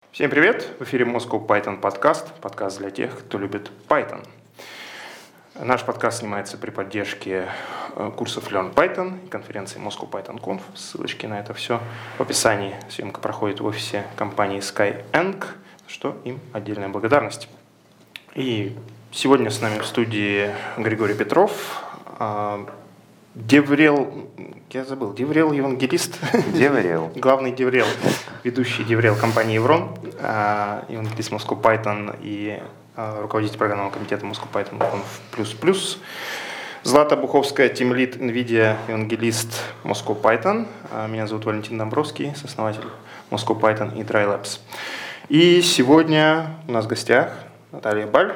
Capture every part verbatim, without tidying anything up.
Всем привет! В эфире Moscow Python подкаст, подкаст для тех, кто любит Python. Наш подкаст снимается при поддержке курсов Learn Python и конференции Moscow Python Conf. Ссылочки на это все в описании. Съемка проходит в офисе компании Skyeng, что им отдельная благодарность. И сегодня с нами в студии Григорий Петров, Деврел, я забыл, Деврел евангелист. Деврел. Главный Деврел, ведущий Деврел компании Еврон, евангелист Moscow Python и руководитель программного комитета Moscow Python Conf++. Злата Буховская, тимлид NVIDIA, евангелист Moscow Python. Меня зовут Валентин Домбровский, сооснователь Moscow Python и Dry Labs. И сегодня у нас в гостях Наталья Баль,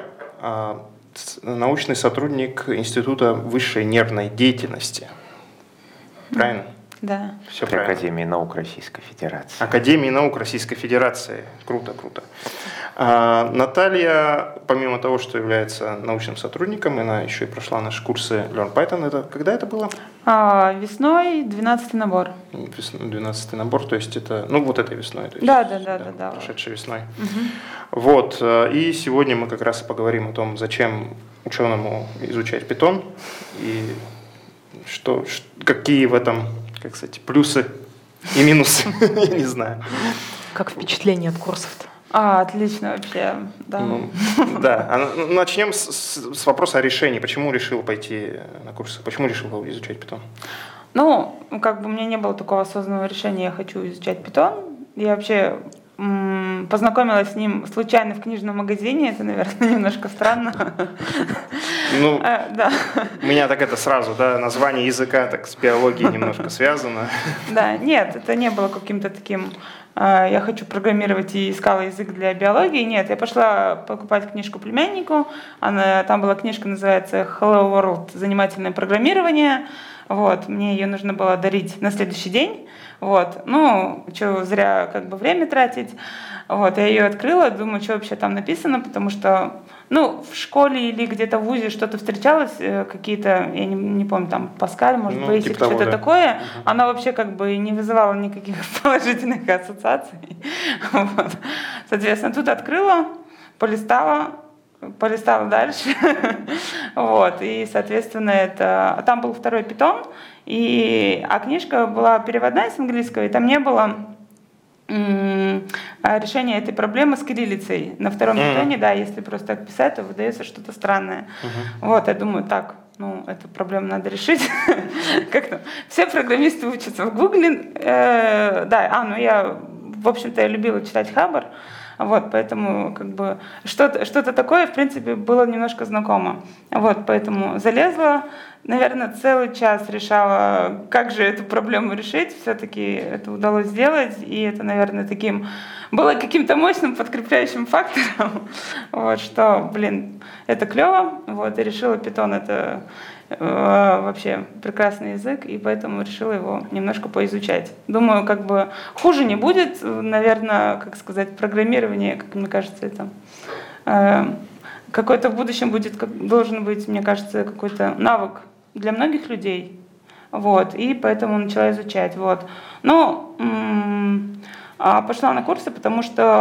научный сотрудник Института высшей нервной деятельности. Правильно? Да. Все При правильно. Академии наук Российской Федерации. Академии наук Российской Федерации. Круто, круто. А, Наталья, помимо того, что является научным сотрудником, она еще и прошла наши курсы Learn Python. Это когда это было? А, весной двенадцатый набор. Весной двенадцатый набор, то есть это, ну вот этой весной. То есть, да, да, да, да, да. Прошедшей весной. Угу. Вот, и сегодня мы как раз и поговорим о том, зачем ученому изучать Python и что, какие в этом, как сказать, плюсы и минусы, я не знаю. Как впечатление от курсов-то? А, отлично вообще, да. Ну, да, начнем с, с, с вопроса о решении. Почему решил пойти на курсы? Почему решил изучать Python? Ну, как бы у меня не было такого осознанного решения, я хочу изучать Python. Я вообще м- познакомилась с ним случайно в книжном магазине. Это, наверное, немножко странно. Ну, а, да. У меня так это сразу, да, название языка так с биологией немножко связано. Да, нет, это не было каким-то таким... Я хочу программировать и искала язык для биологии. Нет, я пошла покупать книжку племяннику. Она, там была книжка, называется Hello World. Занимательное программирование. Вот, мне ее нужно было дарить на следующий день. Вот, ну, что, зря как бы время тратить. Вот, я ее открыла, думаю, что вообще там написано, потому что, ну, в школе или где-то в вузе что-то встречалось, какие-то, я не, не помню, там, Паскаль, может, ну, Basic, типа что-то того, да. такое. Uh-huh. Она вообще как бы не вызывала никаких положительных ассоциаций. Вот. Соответственно, тут открыла, полистала, полистала дальше. Вот, и, соответственно, это... Там был второй Python, и... а книжка была переводная с английского, и там не было м- решения этой проблемы с кириллицей. На втором Python, да, если просто так писать, то выдается что-то странное. Uh-huh. Вот, я думаю, так, ну, эту проблему надо решить. Как там? Все программисты учатся в Гугле. Э, да, а, ну я, в общем-то, я любила читать Хабр. Вот, поэтому как бы что-то, что-то такое, в принципе, было немножко знакомо. Вот, поэтому залезла, наверное, целый час решала, как же эту проблему решить. Все-таки это удалось сделать, и это, наверное, таким было каким-то мощным подкрепляющим фактором, вот, что, блин, это клево. Вот, и решила, Python это э, вообще прекрасный язык, и поэтому решила его немножко поизучать. Думаю, как бы хуже не будет, наверное, как сказать, программирование, как мне кажется, это э, какой-то в будущем будет, как, должен быть, мне кажется, какой-то навык для многих людей. Вот, и поэтому начала изучать. Вот. Но м- а пошла на курсы, потому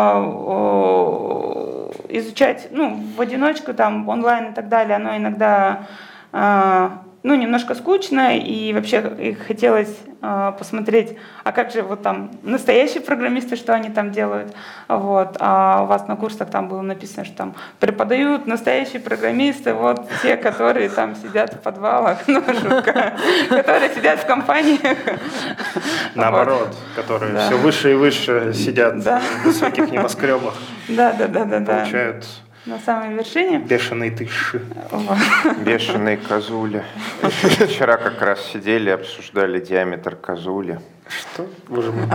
что э, изучать, ну, в одиночку, там, онлайн и так далее, оно иногда, э, ну, немножко скучно, и вообще хотелось э, посмотреть, а как же вот там настоящие программисты, что они там делают, вот, а у вас на курсах там было написано, что там преподают настоящие программисты, вот те, которые там сидят в подвалах, ну, шутка, которые сидят в компаниях. Наоборот, которые все выше и выше сидят в высоких небоскребах. Да, да, да, да, да. Получают на самой вершине. Бешеные тыши. Бешеные козули. Вчера как раз сидели, обсуждали диаметр козули. Что? Боже мой.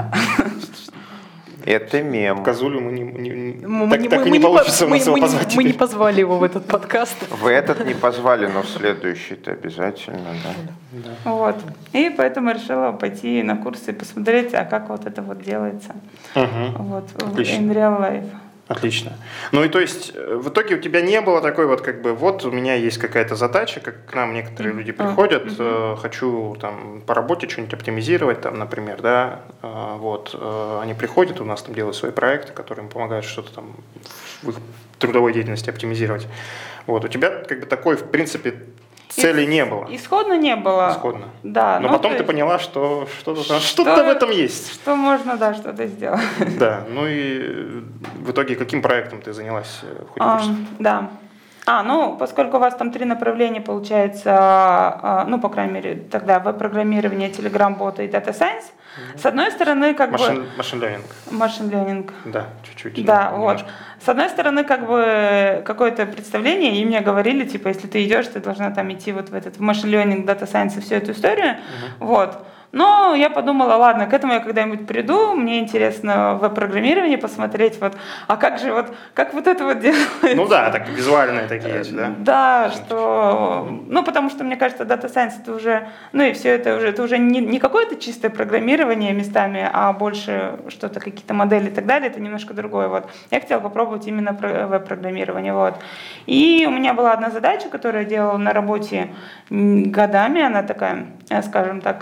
Это мем. Козулю мы не, не, мы, так, мы, так мы, и не мы получится мы, у нас его мы, позвать. Мы не позвали его в этот подкаст. В этот не позвали, но в следующий-то обязательно, да. Да. Вот. И поэтому решила пойти на курсы и посмотреть, а как вот это вот делается. Угу. Вот. Отлично. In real life. Отлично. Ну и то есть в итоге у тебя не было такой вот как бы вот у меня есть какая-то задача, как к нам некоторые люди приходят, mm-hmm. э, хочу там по работе что-нибудь оптимизировать, там, например, да, э, вот э, они приходят, у нас там делают свои проекты, которые им помогают что-то там в их трудовой деятельности оптимизировать. Вот у тебя как бы такой в принципе цели не было. Исходно не было. Исходно. Да. Но ну, потом ты есть, поняла, что что-то, что, что-то в этом есть. Что можно, да, что-то сделать. Да. Ну и в итоге каким проектом ты занялась в ходе курса? Um, да. А, ну, поскольку у вас там три направления, получается, ну, по крайней мере, тогда веб-программирование, Telegram-боты и Data Science, mm-hmm. с одной стороны, как Машин, бы... Машин ленинг. Машин ленинг. Да, чуть-чуть. Да, вот. С одной стороны, как бы какое-то представление, и мне говорили, типа, если ты идешь, ты должна там идти вот в этот в Machine Learning, Data Science и всю эту историю, mm-hmm. вот. Но я подумала, ладно, к этому я когда-нибудь приду, мне интересно веб-программирование посмотреть, вот, а как же вот, как вот это вот делается? Ну да, так визуальные такие, да? Да, что, ну потому что, мне кажется, Data Science это уже, ну и все это уже, это уже не, не какое-то чистое программирование местами, а больше что-то, какие-то модели и так далее, это немножко другое, вот. Я хотела попробовать именно веб-программирование, вот. И у меня была одна задача, которую я делала на работе годами, она такая, скажем так,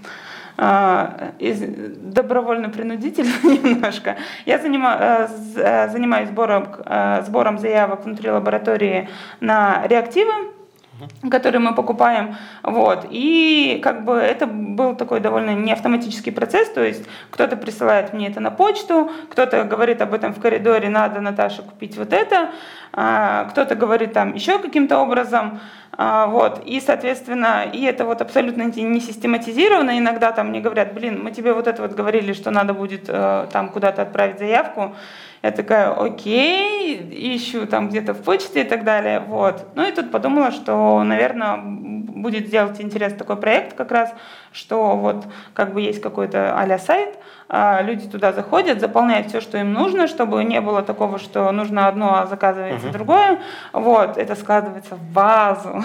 добровольно-принудительно немножко. Я занима, занимаюсь сбором, сбором заявок внутри лаборатории на реактивы, которые мы покупаем. Вот. И как бы это был такой довольно неавтоматический процесс, то есть кто-то присылает мне это на почту, кто-то говорит об этом в коридоре, надо, Наташе, купить вот это, кто-то говорит там еще каким-то образом. Вот. И, соответственно, и это вот абсолютно не систематизировано. Иногда там мне говорят, блин, мы тебе вот это вот говорили, что надо будет там куда-то отправить заявку. Я такая, окей, ищу там где-то в почте и так далее. Вот. Ну и тут подумала, что, наверное, будет сделать интересный такой проект как раз, что вот как бы есть какой-то а-ля сайт, люди туда заходят, заполняют все, что им нужно, чтобы не было такого, что нужно одно, а заказывается uh-huh. другое. Вот, это складывается в базу.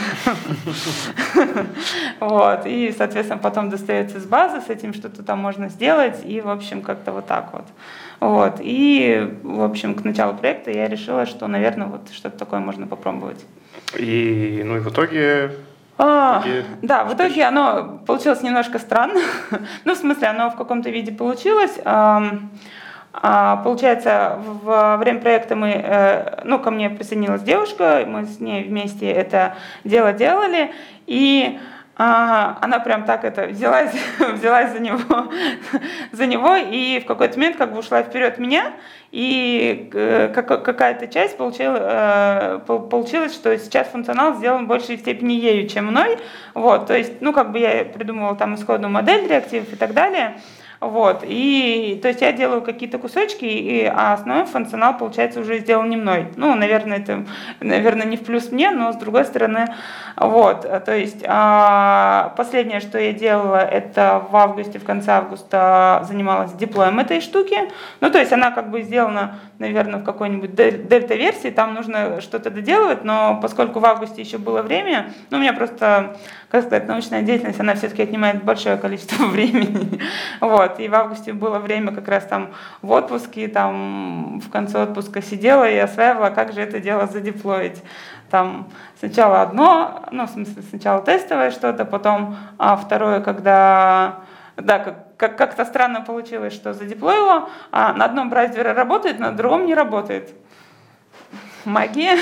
Вот, и, соответственно, потом достается из базы, с этим что-то там можно сделать, и, в общем, как-то вот так вот. Вот, и, в общем, к началу проекта я решила, что, наверное, вот что-то такое можно попробовать. И, ну и в итоге... А, да, в итоге оно получилось немножко странно. Ну, в смысле, оно в каком-то виде получилось. А, получается, во время проекта мы, ну, ко мне присоединилась девушка, мы с ней вместе это дело делали, и а, она прям так это взялась, взялась за него, за него, и в какой-то момент как бы ушла вперед меня, и какая-то часть получила, получилось, что сейчас функционал сделан в большей степени ею, чем мной. Вот, то есть, ну, как бы я придумывала там исходную модель реактивов и так далее. Вот, и то есть я делаю какие-то кусочки, и, а основной функционал, получается, уже сделан не мной. Ну, наверное, это, наверное, не в плюс мне, но с другой стороны, вот, то есть а, последнее, что я делала, это в августе, в конце августа занималась деплоем этой штуки. Ну, то есть она как бы сделана, наверное, в какой-нибудь дельта-версии, там нужно что-то доделывать, но поскольку в августе еще было время, ну, у меня просто, как сказать, научная деятельность, она все-таки отнимает большое количество времени. Вот, и в августе было время как раз там в отпуске, там в конце отпуска сидела и осваивала, как же это дело задеплоить. Там сначала одно, ну, в смысле, сначала тестовое что-то, потом а второе, когда... Да, как, как, как-то странно получилось, что задеплоила, а на одном браузере работает, на другом не работает. Магия.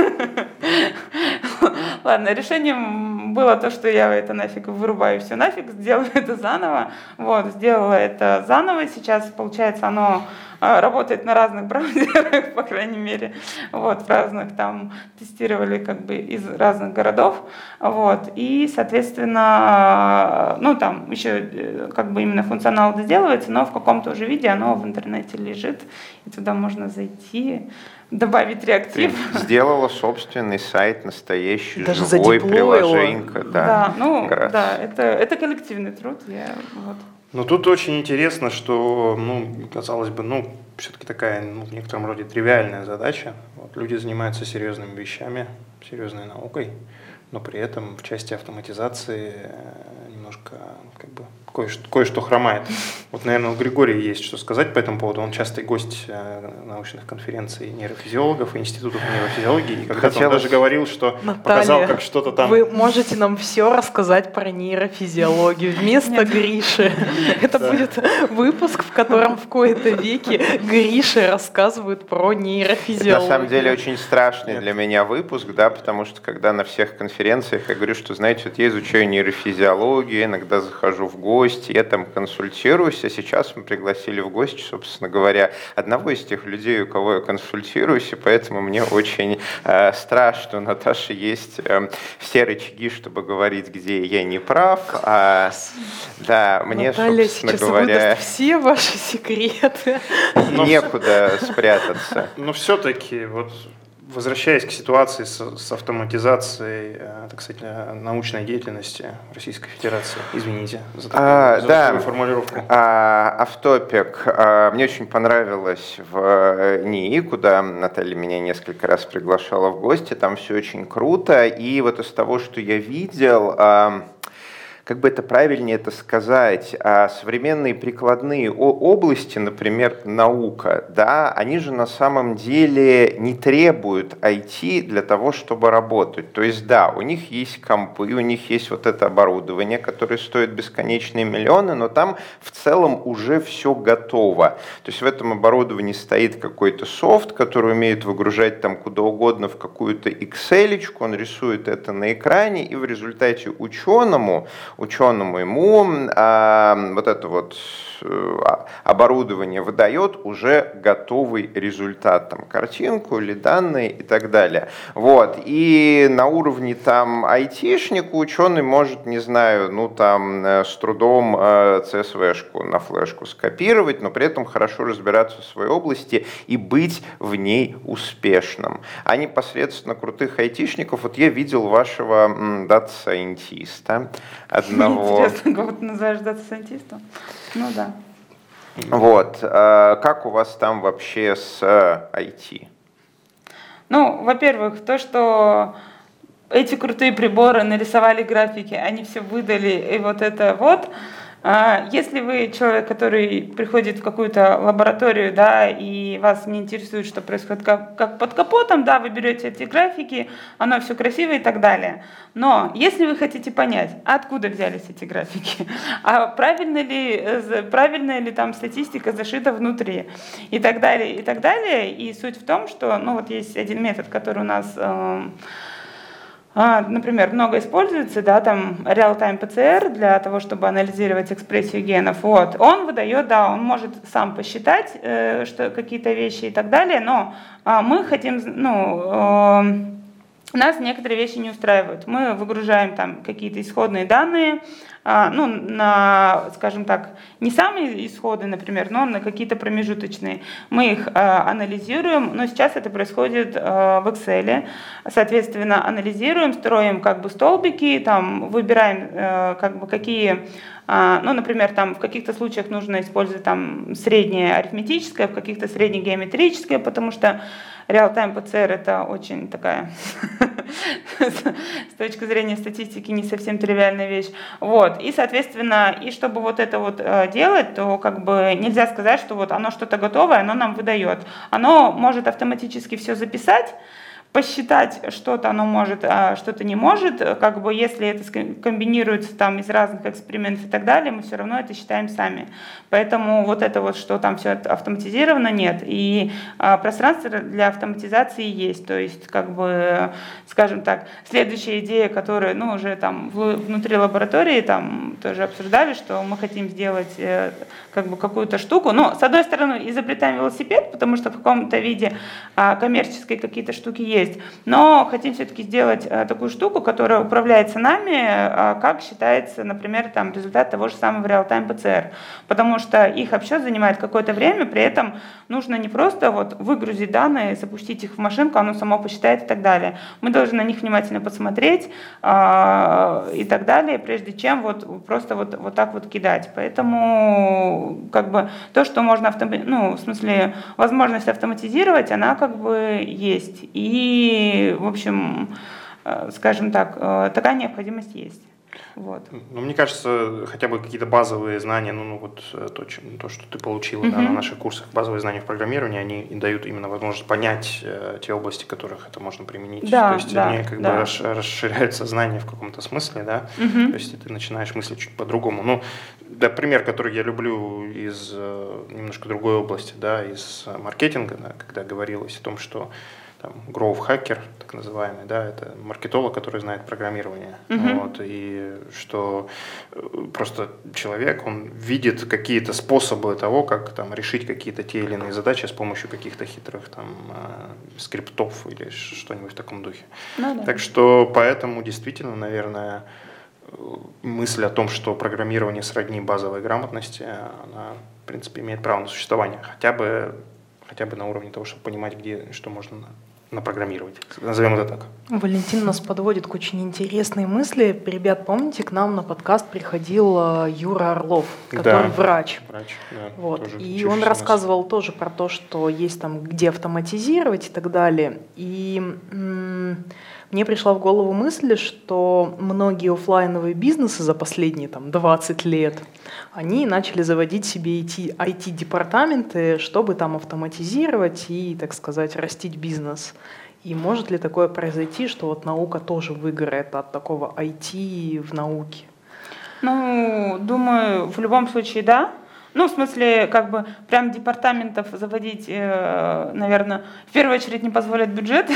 Ладно, решением было то, что я это нафиг вырубаю, все нафиг, сделаю это заново. Вот, сделала это заново. Сейчас, получается, оно работает на разных браузерах, по крайней мере. Вот, в разных там тестировали как бы из разных городов. Вот, и, соответственно, ну там еще как бы именно функционал доделывается, но в каком-то уже виде оно в интернете лежит, и туда можно зайти, добавить реактив. Ты сделала собственный сайт, настоящий, даже живой, приложенька. Да, да, ну, Раз. да, это, это коллективный труд. Я, вот. Ну, тут очень интересно, что, ну, казалось бы, ну, все-таки такая, ну, в некотором роде тривиальная задача. Вот, люди занимаются серьезными вещами, серьезной наукой, но при этом в части автоматизации немножко, как бы, кое-что, кое-что хромает. Вот, наверное, у Григория есть что сказать по этому поводу. Он частый гость научных конференций нейрофизиологов и институтов нейрофизиологии. И когда-то Хотелось... он даже говорил, что Наталья, показал, как что-то там... Вы можете нам все рассказать про нейрофизиологию вместо Гриши. Это будет выпуск, в котором в кои-то веки Гриша рассказывают про нейрофизиологию. На самом деле очень страшный для меня выпуск, да, потому что когда на всех конференциях я говорю, что, знаете, вот я изучаю нейрофизиологию, иногда захожу в гости, я там консультируюсь, а сейчас мы пригласили в гости, собственно говоря, одного из тех людей, у кого я консультируюсь, и поэтому мне очень э, страшно, что у Наташи есть э, все рычаги, чтобы говорить, где я не прав. А, да, мне, Наталья собственно сейчас говоря, выдаст все ваши секреты. некуда спрятаться. Но все-таки, вот, возвращаясь к ситуации с, с автоматизацией, э, так сказать, э, научной деятельности Российской Федерации, извините за такую, А, за да. такую формулировку. А, автопик. А, мне очень понравилось в НИИ, куда Наталья меня несколько раз приглашала в гости. Там все очень круто. И вот из того, что я видел... А, как бы это правильнее это сказать, современные прикладные области, например, наука, да, они же на самом деле не требуют ай ти для того, чтобы работать. То есть, да, у них есть компы, у них есть вот это оборудование, которое стоит бесконечные миллионы, но там в целом уже все готово. То есть в этом оборудовании стоит какой-то софт, который умеет выгружать там куда угодно в какую-то Excel-очку, он рисует это на экране, и в результате ученому ученому ему а, вот это вот а, оборудование выдает уже готовый результат, там, картинку или данные и так далее. Вот. И на уровне там айтишника ученый может, не знаю, ну там с трудом си эс ви-шку на флешку скопировать, но при этом хорошо разбираться в своей области и быть в ней успешным. А непосредственно крутых айтишников, вот я видел вашего дата-сайентиста, одного. Интересно, кого ты называешь дата-сайентистом? Ну да. Вот. Как у вас там вообще с ай ти? Ну, во-первых, то, что эти крутые приборы нарисовали графики, они все выдали, и вот это вот. Если вы человек, который приходит в какую-то лабораторию, да, и вас не интересует, что происходит как, как под капотом, да, вы берете эти графики, оно все красиво и так далее. Но если вы хотите понять, откуда взялись эти графики, а правильно ли, правильная ли там статистика зашита внутри, и так далее, и так далее. И суть в том, что, ну вот есть один метод, который у нас... Например, много используется, да, там real-time пи си ар для того, чтобы анализировать экспрессию генов. Вот. Он выдает, да, он может сам посчитать э, что, какие-то вещи и так далее, но э, мы хотим, ну, э, нас некоторые вещи не устраивают. Мы выгружаем там какие-то исходные данные, э, ну, на, скажем так, не самые исходы, например, но на какие-то промежуточные. Мы их э, анализируем, но сейчас это происходит э, в Excel. Соответственно, анализируем, строим как бы столбики, там, выбираем э, как бы какие, э, ну, например, там в каких-то случаях нужно использовать там среднее арифметическое, в каких-то среднегеометрическое, потому что real-time пи си ар это очень такая, с точки зрения статистики, не совсем тривиальная вещь. Вот. И, соответственно, и чтобы вот это вот делать, то как бы нельзя сказать, что вот оно что-то готовое, оно нам выдает. Оно может автоматически все записать, посчитать что-то оно может, а что-то не может. Как бы если это комбинируется там из разных экспериментов и так далее, мы все равно это считаем сами. Поэтому вот это вот, что там все автоматизировано, нет. И а, пространство для автоматизации есть. То есть, как бы, скажем так, следующая идея, которая, ну, уже там внутри лаборатории там тоже обсуждали, что мы хотим сделать э, как бы какую-то штуку. Но, с одной стороны, изобретаем велосипед, потому что в каком-то виде а, коммерческие какие-то штуки есть. Но хотим все-таки сделать а, такую штуку, которая управляется нами, а, как считается, например, там, результат того же самого real-time пи си ар. Потому что их обсчет занимает какое-то время, при этом нужно не просто вот выгрузить данные, запустить их в машинку, оно само посчитает и так далее. Мы должны на них внимательно посмотреть а, и так далее, прежде чем вот просто вот, вот так вот кидать. Поэтому как бы то, что можно автоматизировать, ну, в смысле, возможность автоматизировать, она как бы есть. И И, в общем, скажем так, такая необходимость есть. Вот. Ну, мне кажется, хотя бы какие-то базовые знания, ну, ну вот то, чем, то, что ты получила mm-hmm. да, на наших курсах, базовые знания в программировании, они и дают именно возможность понять э, те области, в которых это можно применить. Да, то есть да, они как да. бы расширяют сознание в каком-то смысле, да, mm-hmm. то есть ты начинаешь мыслить чуть по-другому. Ну, да, пример, который я люблю из э, немножко другой области, да, из маркетинга, да, когда говорилось о том, что там, growth hacker, так называемый, да, это маркетолог, который знает программирование. Uh-huh. Вот, и что просто человек, он видит какие-то способы того, как там, решить какие-то те или иные задачи с помощью каких-то хитрых там, э, скриптов или что-нибудь в таком духе. Ну, да. Так что поэтому действительно, наверное, мысль о том, что программирование сродни базовой грамотности, она, в принципе, имеет право на существование. Хотя бы, хотя бы на уровне того, чтобы понимать, где что можно напрограммировать. Назовем это так. Валентин нас подводит к очень интересной мысли. Ребят, помните, к нам на подкаст приходил Юра Орлов, который да, врач. врач да, вот. И он рассказывал нас. тоже про то, что есть там где автоматизировать и так далее. И м- мне пришла в голову мысль, что многие офлайновые бизнесы за последние там, двадцать лет, они начали заводить себе ай ти-департаменты, чтобы там автоматизировать и, так сказать, растить бизнес. И может ли такое произойти, что вот наука тоже выиграет от такого ай ти в науке? Ну, думаю, в любом случае, да. Ну, в смысле, как бы, прям департаментов заводить, э, наверное, в первую очередь не позволит бюджет.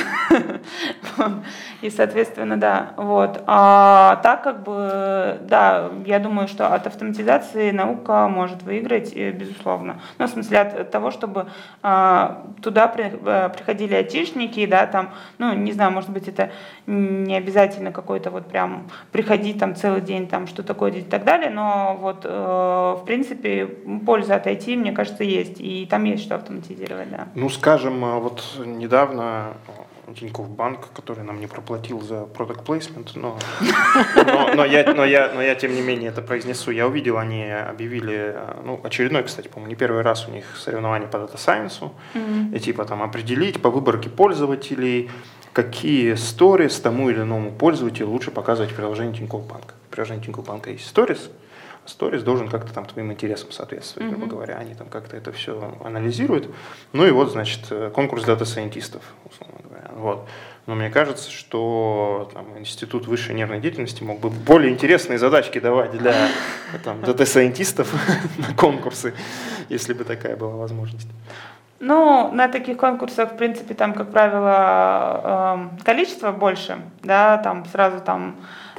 И, соответственно, да. Вот. А так, как бы, да, я думаю, что от автоматизации наука может выиграть, безусловно. Ну, в смысле, от того, чтобы э, туда при, э, приходили айтишники, да, там, ну, не знаю, может быть, это не обязательно какой-то вот прям приходить там целый день, там, что-то кодить и так далее, но вот, э, в принципе, польза от ай ти, мне кажется, есть. И там есть что автоматизировать, да. Ну, скажем, вот недавно Тинькофф Банк, который нам не проплатил за product placement, но, но, но, я, но, я, но я, тем не менее, это произнесу. Я увидел, они объявили, ну, очередной, кстати, по-моему, не первый раз у них соревнования по Data Science, mm-hmm. и типа там определить по выборке пользователей, какие сторис тому или иному пользователю лучше показывать в приложении Тинькофф Банка. В приложении Тинькофф Банка есть сторис, сторис должен как-то там твоим интересам соответствовать, грубо mm-hmm. говоря. Они там как-то это все анализируют. Ну и вот, значит, конкурс дата-сайентистов, условно говоря. Вот. Но мне кажется, что там, Институт высшей нервной деятельности мог бы более интересные задачки давать для там, дата-сайентистов на конкурсы, если бы такая была возможность. Ну, на таких конкурсах, в принципе, там, как правило, количество больше, да, там сразу там,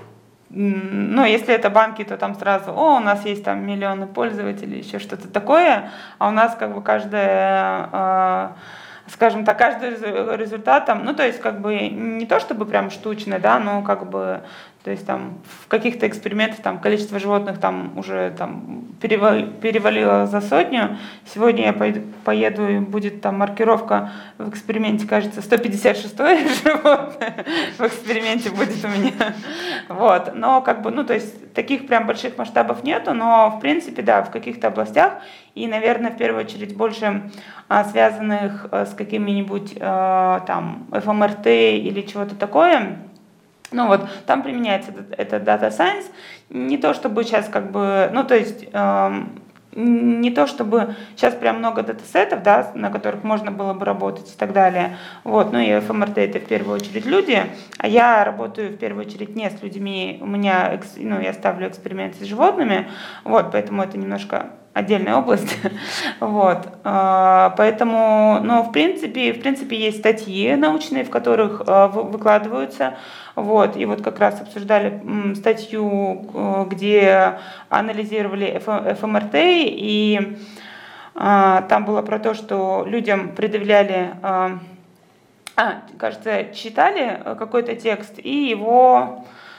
ну, если это банки, то там сразу, о, у нас есть там миллионы пользователей, еще что-то такое, а у нас как бы каждая, скажем так, каждый результат там, ну, то есть как бы не то чтобы прям штучный, да, но как бы, то есть там в каких-то экспериментах там количество животных там уже там перевалило за сотню. Сегодня я поеду, поеду и будет там маркировка в эксперименте, кажется, сто пятьдесят шестое животное в эксперименте будет у меня. Вот. Но как бы, ну то есть таких прям больших масштабов нету, но в принципе, да, в каких-то областях и, наверное, в первую очередь больше а, связанных а, с какими-нибудь а, там эф эм эр ти или чего-то такое. Ну вот, там применяется это Data Science, не то чтобы сейчас как бы, ну то есть э, не то чтобы сейчас прям много датасетов, да, на которых можно было бы работать и так далее, вот, ну и эф эм эр ти это в первую очередь люди, а я работаю в первую очередь не с людьми, у меня, ну я ставлю эксперименты с животными, вот, поэтому это немножко отдельная область, вот, поэтому, но в принципе, в принципе есть статьи научные, в которых выкладываются, вот, и вот как раз обсуждали статью, где анализировали эф эм эр ти, и там было про то, что людям предъявляли, а, кажется, читали какой-то текст, и его,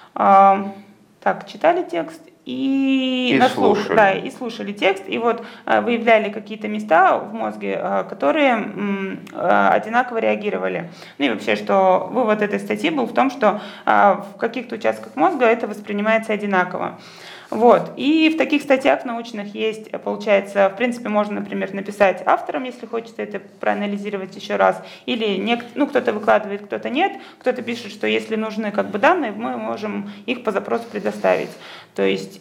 так, читали текст, И, и, наслуш... слушали. Да, и слушали текст, и вот э, выявляли какие-то места в мозге, э, которые э, одинаково реагировали. Ну и вообще, что вывод этой статьи был в том, что э, в каких-то участках мозга это воспринимается одинаково. Вот. И в таких статьях научных есть, получается, в принципе, можно, например, написать авторам, если хочется это проанализировать еще раз, или нек- ну, кто-то выкладывает, кто-то нет, кто-то пишет, что если нужны как бы данные, мы можем их по запросу предоставить. То есть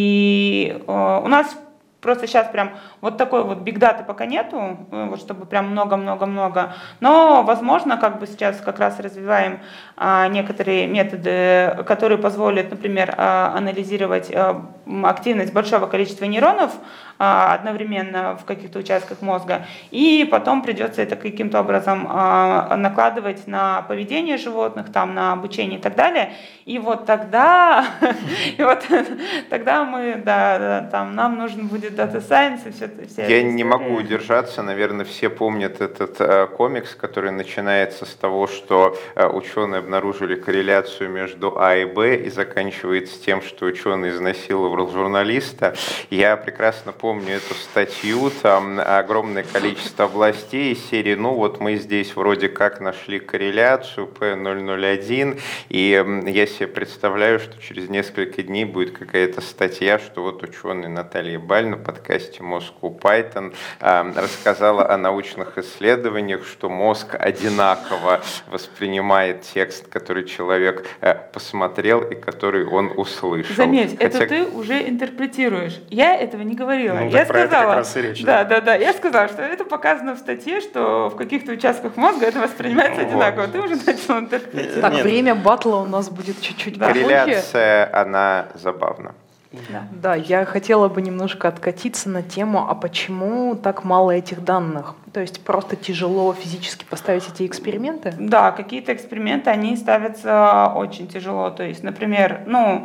и э, у нас просто сейчас прям вот такой вот бигдаты пока нету, вот чтобы прям много-много-много. Но, возможно, как бы сейчас как раз развиваем а, некоторые методы, которые позволят, например, а, анализировать а, активность большого количества нейронов а, одновременно в каких-то участках мозга, и потом придется это каким-то образом а, накладывать на поведение животных, там, на обучение и так далее. И вот тогда, и вот тогда мы, да, там, нам нужен будет Data Science и все это. Я не могу удержаться, наверное, все помнят этот э, комикс, который начинается с того, что э, ученые обнаружили корреляцию между А и Б и заканчивается тем, что ученый изнасиловал журналиста. Я прекрасно помню эту статью, там огромное количество областей из серии, ну вот мы здесь вроде как нашли корреляцию P ноль ноль один, и э, я себе представляю, что через несколько дней будет какая-то статья, что вот ученый Наталья Баль на подкасте Moscow Python э, рассказала о научных исследованиях, что мозг одинаково воспринимает текст, который человек э, посмотрел и который он услышал. Заметь, Хотя... это ты уже интерпретируешь. Я этого не говорила. Ну, я про сказала, это как раз и речь. Да, да, да. Я сказала, что это показано в статье, что в каких-то участках мозга это воспринимается Вот. одинаково. Ты уже начал интерпретировать. Так, Нет. время батла у нас будет чуть-чуть попозже. Корреляция, она забавна. Да. Да, я хотела бы немножко откатиться на тему, а почему так мало этих данных? То есть просто тяжело физически поставить эти эксперименты? Да, какие-то эксперименты, они ставятся очень тяжело. То есть, например, ну,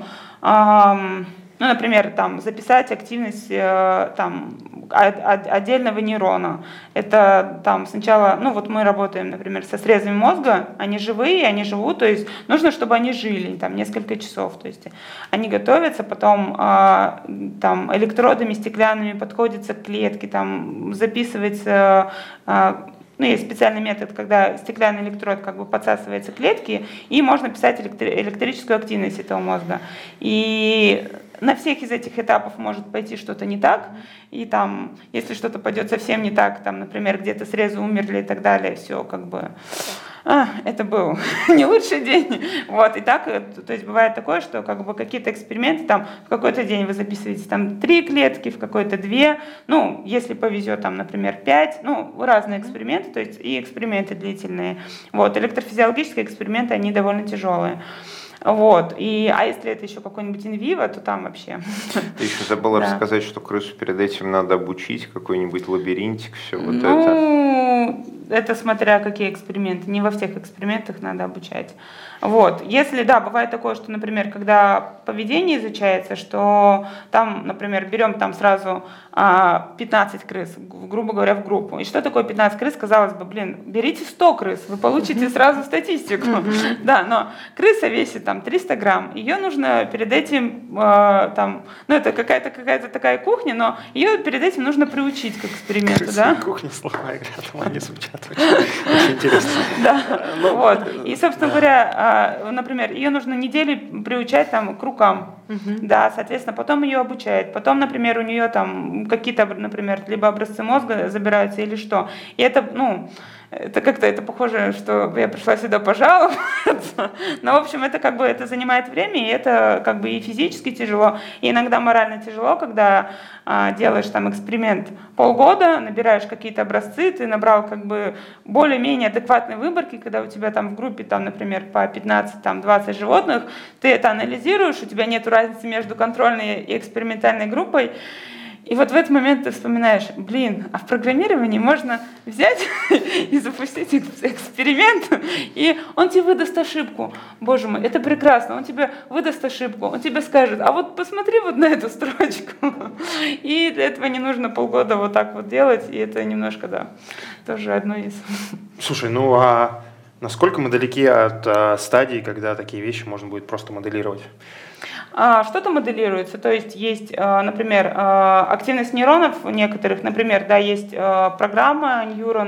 эм, ну например, там, записать активность э, там, отдельного нейрона. Это там сначала, ну вот мы работаем, например, со срезами мозга, они живые, они живут, то есть нужно, чтобы они жили там несколько часов, то есть они готовятся, потом э, там электродами стеклянными подходятся к клетке, там записывается, э, ну есть специальный метод, когда стеклянный электрод как бы подсасывается к клетке, и можно писать электри- электрическую активность этого мозга. И на всех из этих этапов может пойти что-то не так, и там, если что-то пойдет совсем не так, там, например, где-то срезы умерли и так далее, все как бы, а, это был не лучший день. Вот, и так, то есть бывает такое, что как бы какие-то эксперименты, там, в какой-то день вы записываете там три клетки, в какой-то две, ну, если повезет, там, например, пять, ну, разные эксперименты, то есть и эксперименты длительные. Вот, электрофизиологические эксперименты, они довольно тяжелые. Вот. И, а если это еще какой-нибудь инвиво, то там вообще. Ты еще забыла Да. рассказать, что крысу перед этим надо обучить, какой-нибудь лабиринтик, все вот это. Ну, это смотря какие эксперименты. Не во всех экспериментах надо обучать. Вот. Если, да, бывает такое, что, например, когда поведение изучается, что там, например, берем там сразу а, пятнадцать крыс, грубо говоря, в группу. И что такое пятнадцать крыс? Казалось бы, блин, берите сто крыс, вы получите сразу статистику. Да, но крыса весит там триста грамм. Ее нужно перед этим, э, там, ну это какая-то какая-то такая кухня, но ее перед этим нужно приучить к эксперименту, да? Кухня, слова игра, там они звучат очень, очень интересно. Да, вот. И, собственно говоря, например, ее нужно неделю приучать там, к рукам, да, соответственно, потом ее обучают, потом, например, у нее там какие-то, например, либо образцы мозга забираются или что. И это, ну, это как-то это похоже, что я пришла сюда пожаловаться. Но, в общем, это как бы это занимает время, и это как бы и физически тяжело, и иногда морально тяжело, когда а, делаешь там эксперимент полгода, набираешь какие-то образцы, ты набрал как бы более-менее адекватные выборки, когда у тебя там в группе, там, например, по пятнадцать-двадцать животных, ты это анализируешь, у тебя нет разницы между контрольной и экспериментальной группой. И вот в этот момент ты вспоминаешь, блин, а в программировании можно взять и запустить эксперимент, и он тебе выдаст ошибку. Боже мой, это прекрасно, он тебе выдаст ошибку, он тебе скажет, а вот посмотри вот на эту строчку. И для этого не нужно полгода вот так вот делать, и это немножко, да, тоже одно из... Слушай, ну а насколько мы далеки от а, стадии, когда такие вещи можно будет просто моделировать? Что-то моделируется, то есть есть, например, активность нейронов некоторых, например, да, есть программа Neuron,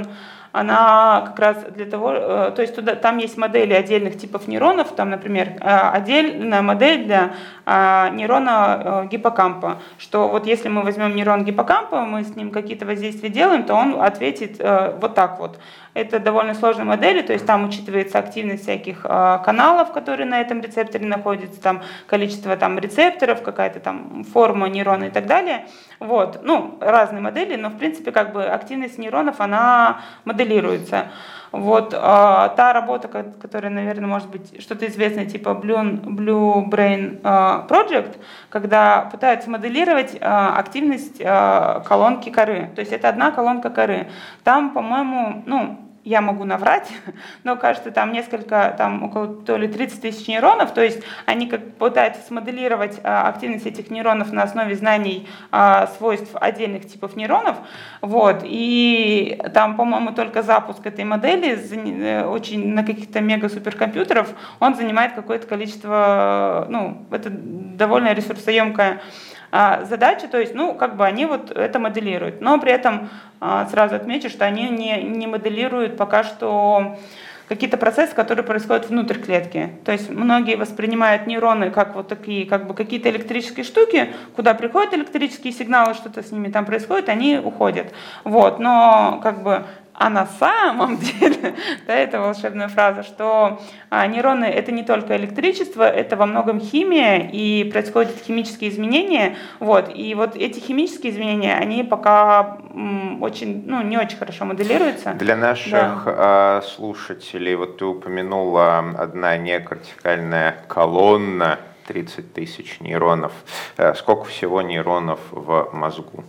она как раз для того, то есть туда, там есть модели отдельных типов нейронов, там, например, отдельная модель для нейрона гиппокампа, что вот если мы возьмем нейрон гиппокампа, мы с ним какие-то воздействия делаем, то он ответит вот так вот. Это довольно сложные модели, то есть там учитывается активность всяких э, каналов, которые на этом рецепторе находятся, там количество там, рецепторов, какая-то там форма нейрона и так далее. Вот. Ну, разные модели, но в принципе как бы активность нейронов, она моделируется. Вот, э, та работа, которая, наверное, может быть что-то известное, типа Blue, Blue Brain э, Project, когда пытаются моделировать э, активность э, колонки коры. То есть это одна колонка коры. Там, по-моему, ну, я могу наврать, но кажется, там несколько, там около то ли тридцать тысяч нейронов, то есть они как пытаются смоделировать а, активность этих нейронов на основе знаний а, свойств отдельных типов нейронов, вот, и там, по-моему, только запуск этой модели очень на каких-то мега-суперкомпьютеров, он занимает какое-то количество, ну, это довольно ресурсоемкая задача, то есть, ну, как бы они вот это моделируют, но при этом сразу отмечу, что они не, не моделируют пока что какие-то процессы, которые происходят внутрь клетки. То есть многие воспринимают нейроны как вот такие, как бы какие-то электрические штуки, куда приходят электрические сигналы, что-то с ними там происходит, они уходят. Вот, но как бы а на самом деле, да, это волшебная фраза, что а, нейроны — это не только электричество, это во многом химия, и происходят химические изменения. Вот, и вот эти химические изменения, они пока м, очень, ну, не очень хорошо моделируются. Для наших да. э, слушателей, вот ты упомянула одна некортикальная колонна, тридцать тысяч нейронов. Сколько всего нейронов в мозгу?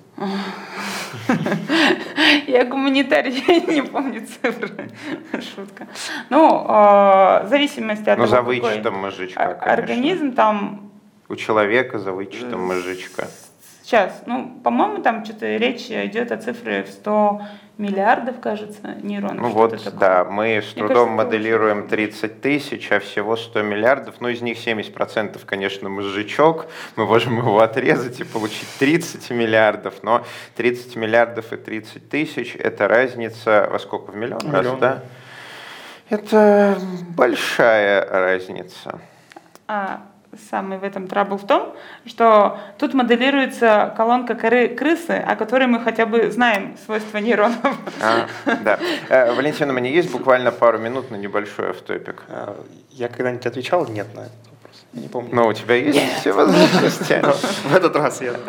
Я гуманитарий, я не помню цифры. Шутка. Ну, в зависимости от ну, того, за какой вычетом мозжечка, организм там... У человека за вычетом мозжечка. Сейчас, ну, по-моему, там что-то речь идет о цифре в сто миллиардов, кажется, нейронов. Ну вот, такое. Да, мы с Мне трудом кажется, моделируем тридцать тысяч, а всего сто миллиардов, ну из них семьдесят процентов, конечно, мозжечок, мы можем его отрезать и получить тридцать миллиардов, но тридцать миллиардов и тридцать тысяч – это разница во сколько, в миллион, миллион. раз, да? Это большая разница. А самый в этом трабл в том, что тут моделируется колонка коры крысы, о которой мы хотя бы знаем свойства нейронов. А, да. Валентин, у меня есть буквально пару минут на небольшой офф-топик. Я когда-нибудь отвечал нет на этот вопрос? Я не помню. Но у тебя есть все возможности. В этот раз я...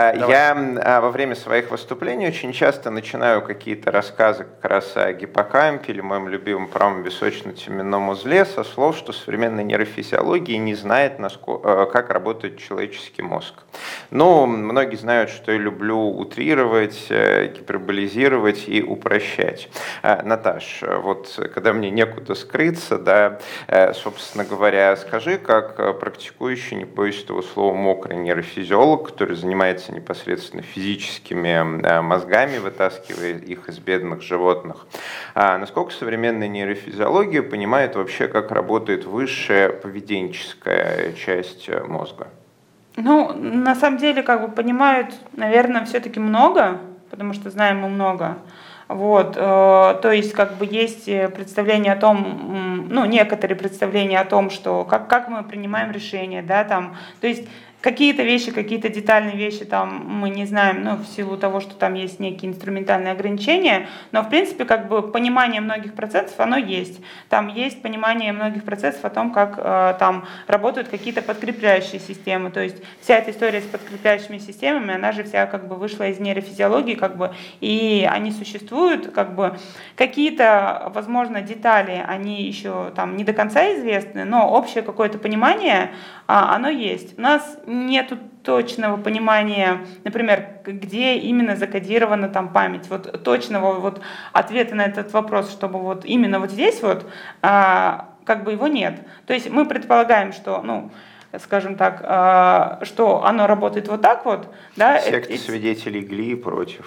Я во время своих выступлений очень часто начинаю какие-то рассказы как раз о гиппокампе или моем любимом правом височно-теменном узле со слов, что современная нейрофизиология не знает, как работает человеческий мозг. Ну, многие знают, что я люблю утрировать, гиперболизировать и упрощать. Наташ, вот когда мне некуда скрыться, да, собственно говоря, скажи, как практикующий, не боюсь этого слова, мокрый нейрофизиолог, который занимается непосредственно физическими мозгами, вытаскивая их из бедных животных. А насколько современная нейрофизиология понимает вообще, как работает высшая поведенческая часть мозга? Ну, на самом деле, как бы понимают, наверное, все-таки много, потому что знаем мы много. Вот, э, то есть, как бы есть представление о том, ну, некоторые представления о том, что как, как мы принимаем решения, да, там, то есть какие-то вещи, какие-то детальные вещи там мы не знаем, ну, в силу того, что там есть некие инструментальные ограничения, но, в принципе, как бы понимание многих процессов, оно есть. Там есть понимание многих процессов о том, как э, там работают какие-то подкрепляющие системы, то есть вся эта история с подкрепляющими системами, она же вся как бы вышла из нейрофизиологии, как бы, и они существуют, как бы, какие-то, возможно, детали, они еще там не до конца известны, но общее какое-то понимание, а, оно есть. У нас нету точного понимания, например, где именно закодирована там память, вот точного вот ответа на этот вопрос, чтобы вот именно вот здесь вот, а, как бы его нет. То есть мы предполагаем, что, ну, скажем так, а, что оно работает вот так вот. Да, Секта свидетелей Глии против.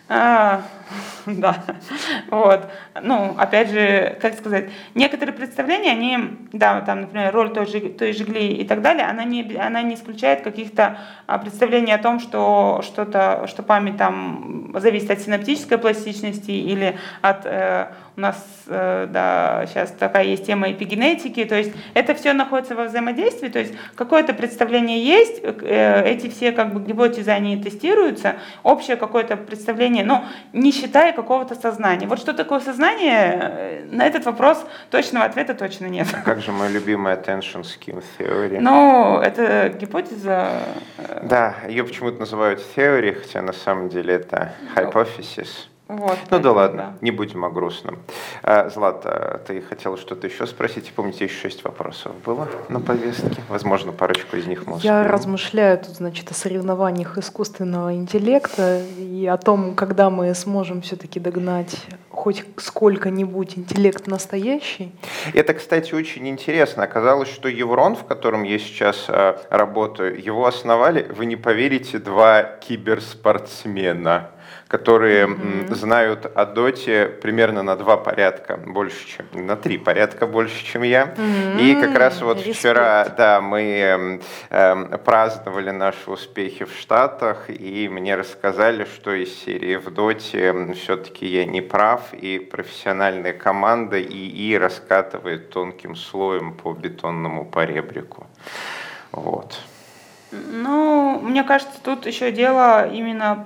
А, да, вот. Ну, опять же, как сказать, некоторые представления, они, да, там, например, роль той же, той же Гли и так далее, она не, она не исключает каких-то представлений о том, что что-то, что память там зависит от синаптической пластичности или от, э, у нас, э, да, сейчас такая есть тема эпигенетики, то есть это все находится во взаимодействии, то есть какое-то представление есть, э, эти все как бы гипотезы, они тестируются, общее какое-то представление, но не считая какого-то сознания. Вот что такое сознание, на этот вопрос точного ответа точно нет. А как же моя любимая attention scheme theory? Ну, это гипотеза. Да, ее почему-то называют theory, хотя на самом деле это hypothesis. Вот, ну да ладно, да. Не будем о грустном. А, Злата, ты хотела что-то еще спросить? Помните, еще шесть вопросов было на повестке? Возможно, парочку из них мы успеем. Я размышляю тут, значит, о соревнованиях искусственного интеллекта и о том, когда мы сможем все-таки догнать хоть сколько-нибудь интеллект настоящий. Это, кстати, очень интересно. Оказалось, что Еврон, в котором я сейчас а, работаю, его основали, вы не поверите, два киберспортсмена, которые mm-hmm. знают о доте примерно на два порядка больше, чем на три порядка больше, чем я. Mm-hmm. И как раз вот Респект. вчера, да, мы э, праздновали наши успехи в Штатах, и мне рассказали, что из серии в доте все-таки я не прав, и профессиональная команда ИИ раскатывает тонким слоем по бетонному поребрику. Вот. Ну, мне кажется, тут еще дело именно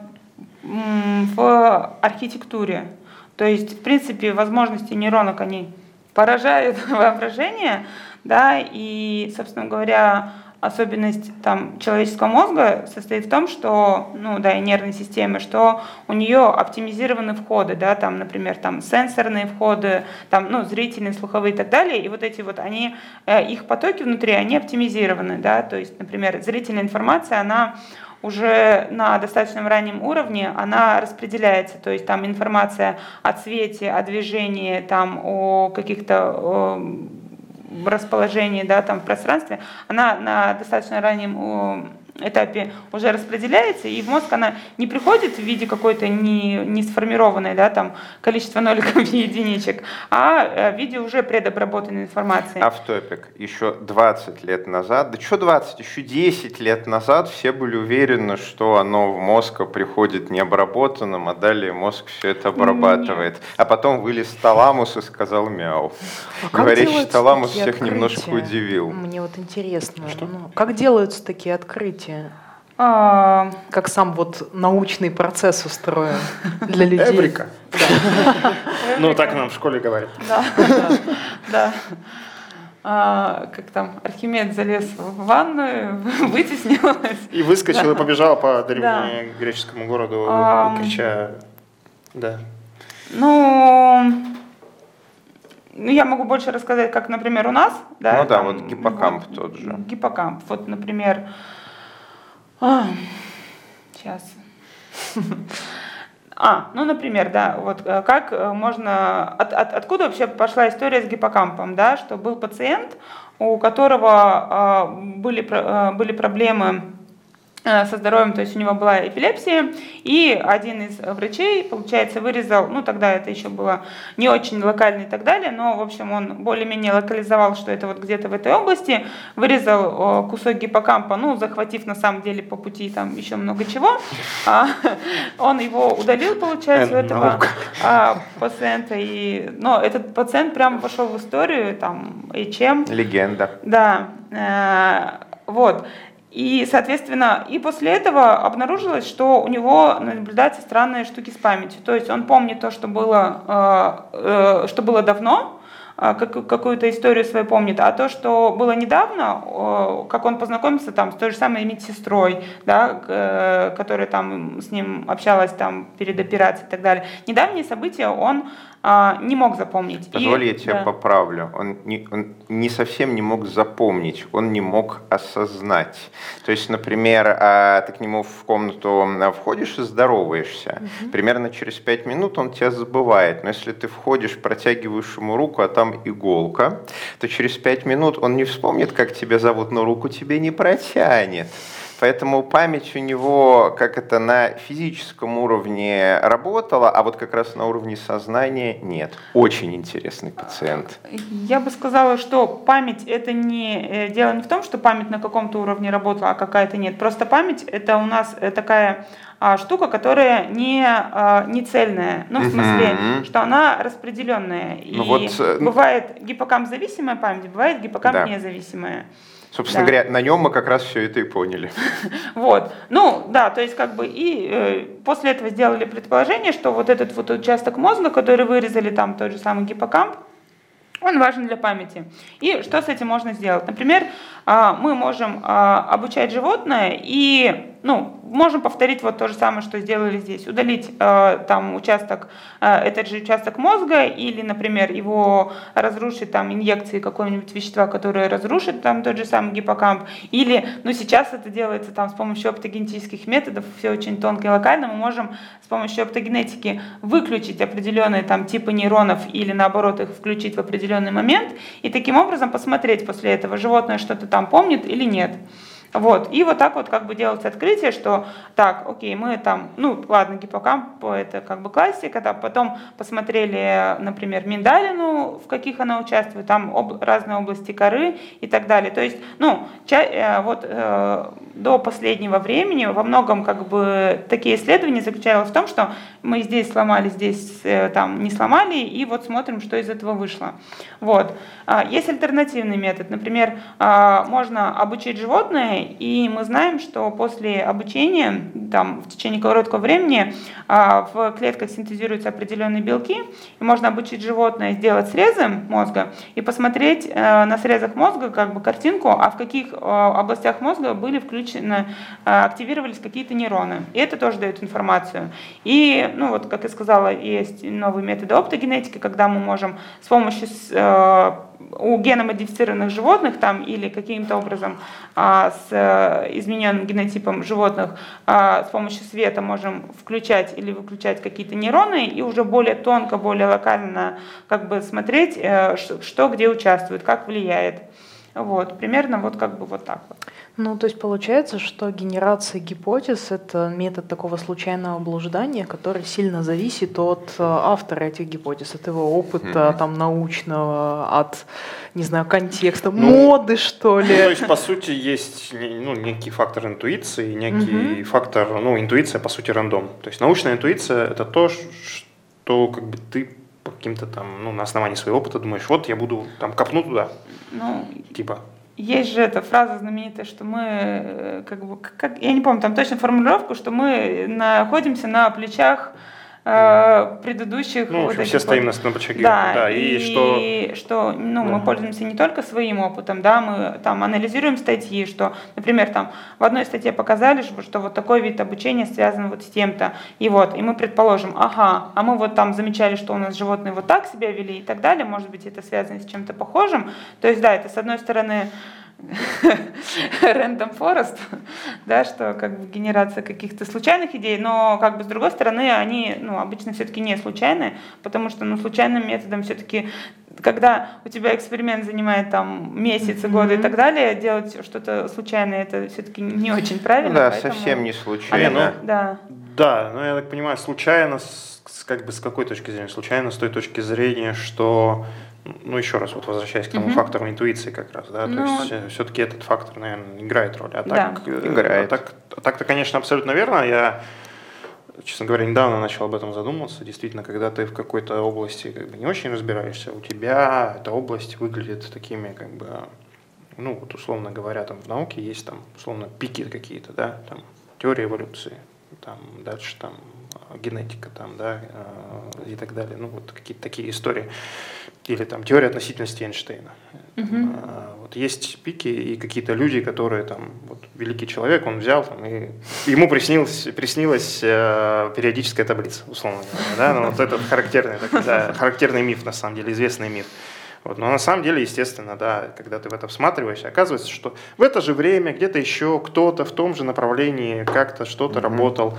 в архитектуре. То есть, в принципе, возможности нейронок, они поражают воображение, да, и, собственно говоря, особенность там, человеческого мозга состоит в том, что, ну да, и нервной системы, что у нее оптимизированы входы, да, там, например, там сенсорные входы, там, ну, зрительные, слуховые и так далее, и вот эти вот, они, их потоки внутри, они оптимизированы, да, то есть, например, зрительная информация, она уже на достаточно раннем уровне она распределяется, то есть там информация о цвете, о движении, там, о каких-то о расположении, да, там, в пространстве, она на достаточно раннем этапе уже распределяется, и в мозг она не приходит в виде какой-то не, не сформированной, да, там, количества ноликов и единичек, а в виде уже предобработанной информации. Автопик. Еще двадцать лет назад, да что двадцать, еще десять лет назад все были уверены, что оно в мозг приходит необработанным, а далее мозг все это обрабатывает. Нет. А потом вылез таламус и сказал мяу. А Говорящий таламус всех открытия? Немножко удивил. Мне вот интересно, что? Ну, как делаются такие открытия? А... Как сам вот научный процесс устроен для людей. Эврика. Ну, так нам в школе говорят. Да. Как там, Архимед залез в ванную, вытеснилась. И выскочил, и побежал по древнегреческому городу, крича, да. Ну... Ну, я могу больше рассказать, как, например, у нас. Да, ну да, там, вот гиппокамп вот, тот же. Гиппокамп. Вот, например, а, сейчас. А, ну, например, да, вот как можно, от, от, откуда вообще пошла история с гиппокампом, да, что был пациент, у которого а, были, а, были проблемы со здоровьем, то есть у него была эпилепсия, и один из врачей, получается, вырезал, ну тогда это еще было не очень локально и так далее, но, в общем, он более-менее локализовал, что это вот где-то в этой области, вырезал кусок гиппокампа, ну, захватив на самом деле по пути там еще много чего, он его удалил, получается, у этого пациента, и, но этот пациент прямо вошел в историю, там, эйч эм. Легенда. Да, вот. И, соответственно, и после этого обнаружилось, что у него наблюдаются странные штуки с памятью. То есть он помнит то, что было, э, э, что было давно, э, как, какую-то историю свою помнит, а то, что было недавно, э, как он познакомился там, с той же самой медсестрой, да, э, которая там с ним общалась там, перед операцией и так далее. Недавние события он не мог запомнить. Позволь, и, я тебя да. поправлю. Он не, он не совсем не мог запомнить, он не мог осознать. То есть, например, ты к нему в комнату входишь и здороваешься. Угу. Примерно через пять минут он тебя забывает. Но если ты входишь, протягиваешь ему руку, а там иголка, то через пять минут он не вспомнит, как тебя зовут, но руку тебе не протянет. Поэтому память у него как это на физическом уровне работала, а вот как раз на уровне сознания нет. Очень интересный пациент. Я бы сказала, что память это не дело не в том, что память на каком-то уровне работала, а какая-то нет. Просто память это у нас такая а, штука, которая не, а, не цельная. Ну, в смысле, mm-hmm. что она распределенная. Ну, и вот, бывает гиппокамп-зависимая память, бывает гиппокамп-независимая. Собственно да. говоря, на нем мы как раз все это и поняли. Вот. Ну, да, то есть как бы и э, после этого сделали предположение, что вот этот вот участок мозга, который вырезали там тот же самый гиппокамп, он важен для памяти. И что с этим можно сделать? Например, э, мы можем э, обучать животное и, ну, можем повторить вот то же самое, что сделали здесь. Удалить э, там участок, э, этот же участок мозга или, например, его разрушить там инъекцией какого-нибудь вещества, которое разрушит там тот же самый гиппокамп. Или, ну сейчас это делается там с помощью оптогенетических методов, все очень тонко и локально. Мы можем с помощью оптогенетики выключить определенные там типы нейронов или наоборот их включить в определенный момент и таким образом посмотреть после этого, животное что-то там помнит или нет. Вот. И вот так вот как бы делается открытие, что так, окей, мы там, ну ладно, гиппокамп это как бы классика, да, потом посмотрели, например, миндалину, в каких она участвует, там об, разные области коры и так далее. То есть, ну, ча, э, вот э, до последнего времени во многом как бы такие исследования заключались в том, что мы здесь сломали, здесь э, там не сломали, и вот смотрим, что из этого вышло. Вот. Есть альтернативный метод, например, можно обучить животное, и мы знаем, что после обучения, там, в течение короткого времени в клетках синтезируются определенные белки, и можно обучить животное сделать срезы мозга и посмотреть на срезах мозга как бы картинку, а в каких областях мозга были включены, активировались какие-то нейроны. И это тоже дает информацию. И, ну вот, как я сказала, есть новые методы оптогенетики, когда мы можем с помощью у геномодифицированных животных там, или каким-то образом а, с а, измененным генотипом животных а, с помощью света можем включать или выключать какие-то нейроны и уже более тонко, более локально как бы смотреть, а, что где участвует, как влияет. Вот, примерно вот как бы вот так вот. Ну, то есть получается, что генерация гипотез — это метод такого случайного блуждания, который сильно зависит от автора этих гипотез, от его опыта mm-hmm. там, научного, от, не знаю, контекста, ну, моды, что ли. Ну, то есть, по сути, есть ну, некий фактор интуиции, некий mm-hmm. фактор, ну, интуиция, по сути, рандом. То есть научная интуиция — это то, что как бы ты по каким-то там, ну, на основании своего опыта думаешь, вот я буду там копну туда, ну, типа. Есть же эта фраза знаменитая, что мы, как бы, как, я не помню там точно формулировку, что мы находимся на плечах э, предыдущих. Ну, в общем, вот все стоим вот, на, на плечах. Да, да, и, и что, и что ну, да. мы пользуемся не только своим опытом, да, мы там анализируем статьи, что, например, там в одной статье показали, что, что вот такой вид обучения связан вот с тем-то, и вот, и мы предположим, ага, а мы вот там замечали, что у нас животные вот так себя вели и так далее, может быть, это связано с чем-то похожим, то есть, да, это с одной стороны random forest, да, что как бы генерация каких-то случайных идей, но как бы с другой стороны они, ну, обычно все-таки не случайны, потому что, ну, случайным методом все-таки, когда у тебя эксперимент занимает там месяцы, годы mm-hmm. и так далее, делать что-то случайное, это все-таки не очень правильно. Да, поэтому... совсем не случайно. А, ну, да. да, ну я так понимаю, случайно, с, как бы с какой точки зрения? Случайно с той точки зрения, что ну, еще раз, вот возвращаясь к тому mm-hmm. фактору интуиции как раз, да, ну, то есть все-таки этот фактор, наверное, играет роль. А так, да. играет. А так, а так-то, конечно, абсолютно верно. Я, честно говоря, недавно начал об этом задумываться. Действительно, когда ты в какой-то области как бы не очень разбираешься, у тебя эта область выглядит такими, как бы, ну, вот условно говоря, там в науке есть там, условно, пики какие-то, да, там теория эволюции, там дальше там генетика там, да, и так далее, ну, вот какие-то такие истории. Или там теория относительности Эйнштейна. Uh-huh. Вот есть пики и какие-то люди, которые там, вот великий человек, он взял там, и ему приснилась, приснилась э, периодическая таблица, условно говоря. Да? Ну, вот этот характерный, так, да, характерный миф, на самом деле, известный миф. Вот. Но на самом деле, естественно, да, когда ты в это всматриваешься, оказывается, что в это же время где-то еще кто-то в том же направлении как-то что-то mm-hmm. работал.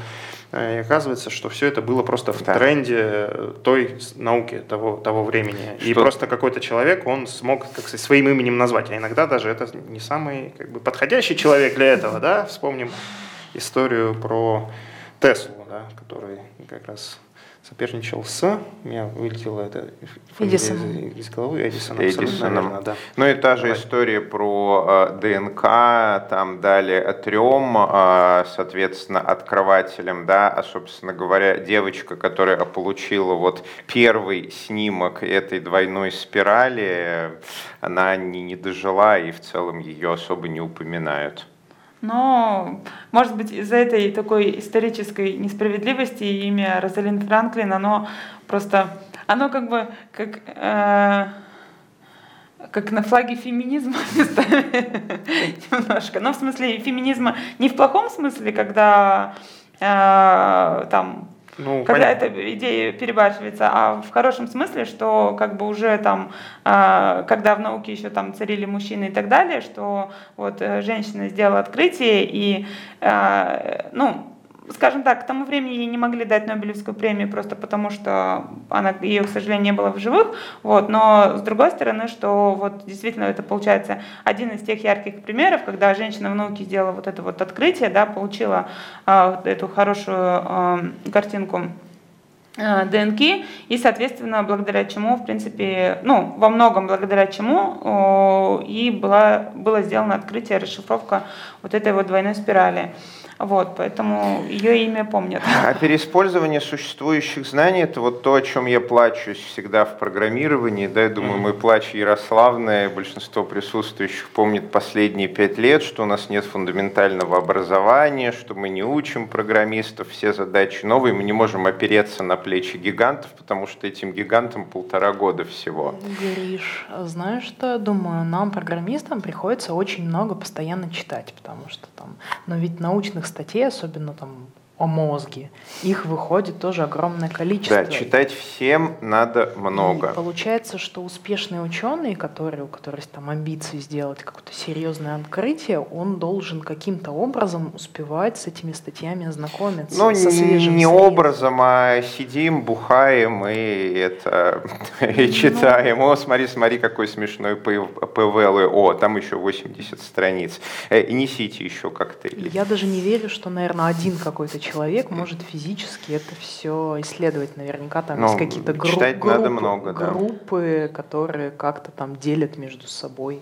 И оказывается, что все это было просто в Да. тренде той науки того, того времени. Что? И просто какой-то человек, он смог, как сказать, своим именем назвать. А иногда даже это не самый как бы, подходящий человек для этого. Да? Вспомним историю про Теслу, да, который как раз соперничал с... У меня вылетело это Эдисон. из, из головы. Эдисон, Эдисоном. абсолютно верно, да. Ну и та же Давай. история про э, ДНК, там дали трем, э, соответственно, открывателям, да, а, собственно говоря, девочка, которая получила вот первый снимок этой двойной спирали, она не, не дожила, и в целом ее особо не упоминают. Но, может быть, из-за этой такой исторической несправедливости имя Розалинд Франклин, оно просто, оно как бы, как, э, как на флаге феминизма местами немножко. Но в смысле феминизма не в плохом смысле, когда э, там... Ну, когда понятно. эта идея перебарщивается, а в хорошем смысле, что как бы уже там, э, когда в науке еще там царили мужчины и так далее, что вот э, женщина сделала открытие и, э, ну, скажем так, к тому времени ей не могли дать Нобелевскую премию просто потому, что она, ее, к сожалению, не было в живых, вот, но с другой стороны, что вот действительно это получается один из тех ярких примеров, когда женщина в науке сделала вот это вот открытие, да, получила э, вот эту хорошую э, картинку э, ДНК, и, соответственно, благодаря чему, в принципе, ну, во многом благодаря чему э, и была, было сделано открытие, расшифровка вот этой вот двойной спирали. Вот, поэтому ее имя помнят. А переиспользование существующих знаний – это вот то, о чем я плачусь всегда в программировании. Да, я думаю, мой плач Ярославная, большинство присутствующих помнит последние пять лет, что у нас нет фундаментального образования, что мы не учим программистов, все задачи новые, мы не можем опереться на плечи гигантов, потому что этим гигантам полтора года всего. Гриш, знаешь что, я думаю, нам, программистам, приходится очень много постоянно читать, потому что там, но ведь научных статей, особенно там о мозге, их выходит тоже огромное количество. Да, читать всем надо много. И получается, что успешный ученый, который, у которого есть там амбиции сделать какое-то серьезное открытие, он должен каким-то образом успевать с этими статьями ознакомиться. Ну, со свежим не средством. образом, а сидим, бухаем и это и читаем. О, смотри, смотри, какой смешной ПВЛ. О, там еще восемьдесят страниц. И несите еще коктейли. Я даже не верю, что, наверное, один какой-то человек может физически это все исследовать. Наверняка там Ну, есть какие-то гру- читать группы, надо много, да. группы, которые как-то там делят между собой.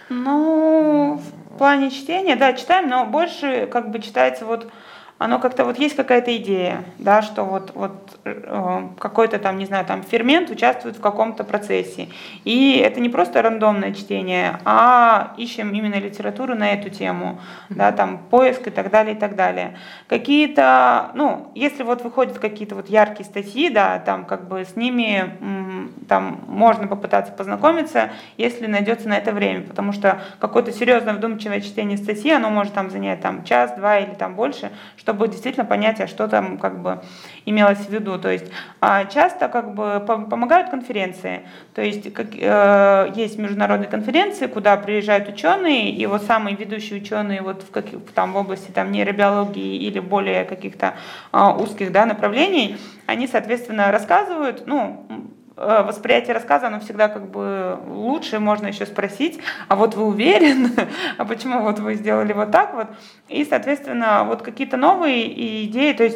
Ну, в плане чтения, да, читаем, но больше как бы читается вот, оно как-то вот есть какая-то идея, да, что вот, вот э, какой-то там, не знаю, там фермент участвует в каком-то процессе. И это не просто рандомное чтение, а ищем именно литературу на эту тему, да, там поиск и так далее, и так далее. Какие-то, ну, если вот выходят какие-то вот яркие статьи, да, там как бы с ними м, там можно попытаться познакомиться, если найдется на это время, потому что какое-то серьезное вдумчивое чтение статьи, оно может там занять там час, два или там больше, чтобы действительно понять, а что там как бы имелось в виду. То есть а, часто как бы помогают конференции. То есть как, э, есть международные конференции, куда приезжают ученые, и вот самые ведущие ученые вот в, как, там, в области там, нейробиологии или более каких-то э, узких, да, направлений, они, соответственно, рассказывают, ну, восприятие рассказа, оно всегда как бы лучше, можно еще спросить, а вот вы уверены, а почему вот вы сделали вот так вот? И, соответственно, вот какие-то новые идеи, то есть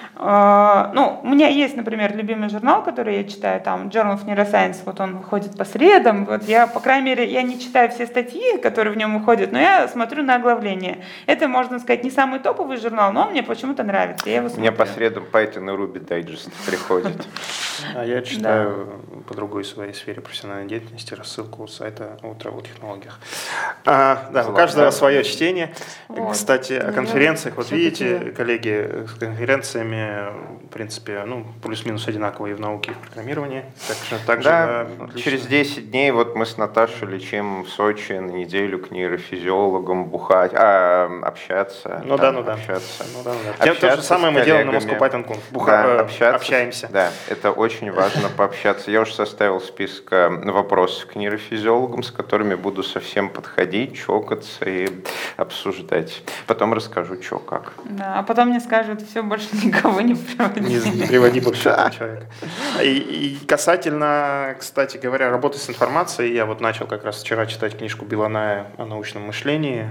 ну, у меня есть, например, любимый журнал, который я читаю, там, Journal of Neuroscience, вот он выходит по средам, вот я, по крайней мере, я не читаю все статьи, которые в нем выходят, но я смотрю на оглавление. Это, можно сказать, не самый топовый журнал, но он мне почему-то нравится, я его смотрю. Мне по средам Python и Ruby Digest приходит. А я читаю по другой своей сфере профессиональной деятельности рассылку сайта о травовых технологиях. А, да, у каждого свое чтение. Вот. Кстати, о Ну, конференциях. Вот всё-таки- видите, коллеги, с конференциями, в принципе, ну, плюс-минус одинаковые и в науке, и в программировании. Так что, так же, Да, да, отлично. через десять дней вот мы с Наташей летим в Сочи на неделю к нейрофизиологам бухать, а, общаться. Ну там, да, ну да. Общаться. Ну, да, ну да. То- То же Общаться самое с мы делаем на коллегами. Moscow Python Conf. Буха- Да, э, общаться, общаемся. Да, это очень важно пообщаться. Я уже составил список э, вопросов к нейрофизиологам, с которыми буду совсем подходить, чокаться и обсуждать. Потом расскажу, что как. Да, а потом мне скажут, все, больше никого никого не приводи. Не, не приводи больше этого человека. И, и касательно, кстати говоря, работы с информацией, я вот начал как раз вчера читать книжку Биланая о научном мышлении.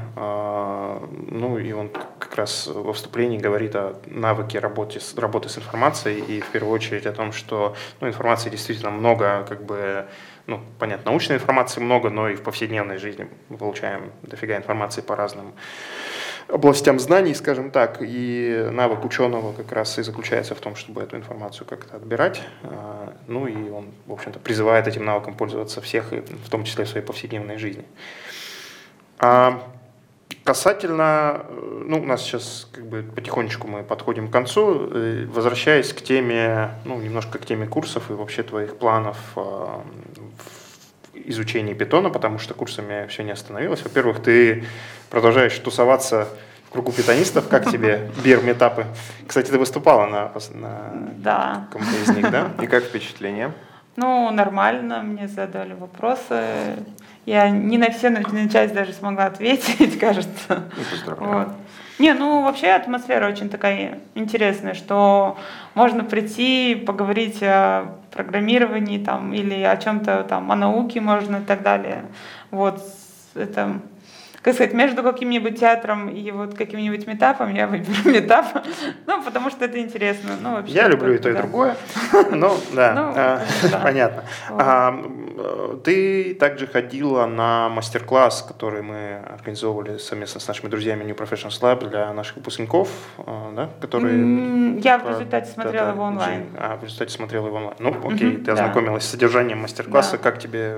Ну и он как раз во вступлении говорит о навыке работы с, работы с информацией и в первую очередь о том, что ну, информации действительно много, как бы, ну, понятно, научной информации много, но и в повседневной жизни мы получаем дофига информации по разным областям знаний, скажем так, и навык ученого как раз и заключается в том, чтобы эту информацию как-то отбирать. Ну и он, в общем-то, призывает этим навыком пользоваться всех, в том числе в своей повседневной жизни. А касательно, ну, у нас сейчас как бы потихонечку мы подходим к концу, возвращаясь к теме, ну, немножко к теме курсов и вообще твоих планов в изучении питона, потому что курсами все не остановилось. Во-первых, ты продолжаешь тусоваться в кругу питонистов. Как тебе бир-метапы? Кстати, ты выступала на, на да. каком-то из них, да? И как впечатление? Ну, нормально, мне задали вопросы. Я не на все, но на часть даже смогла ответить, кажется. Вот. Не, ну вообще атмосфера очень такая интересная, что можно прийти, поговорить о программировании там, или о чем-то там, о науке можно и так далее. Вот это, как сказать, между каким-нибудь театром и вот каким-нибудь метапом я выберу метап, ну, потому что это интересно. Ну, вообще, я люблю и то, и да. другое. Ну, да, ну, а, да. понятно. Вот. А, ты также ходила на мастер-класс, который мы организовывали совместно с нашими друзьями New Professionals Lab для наших выпускников, да, которые... Я в результате смотрела его онлайн. А, в результате смотрела его онлайн. Ну, окей, Мгм, ты ознакомилась да. с содержанием мастер-класса, Да. как тебе...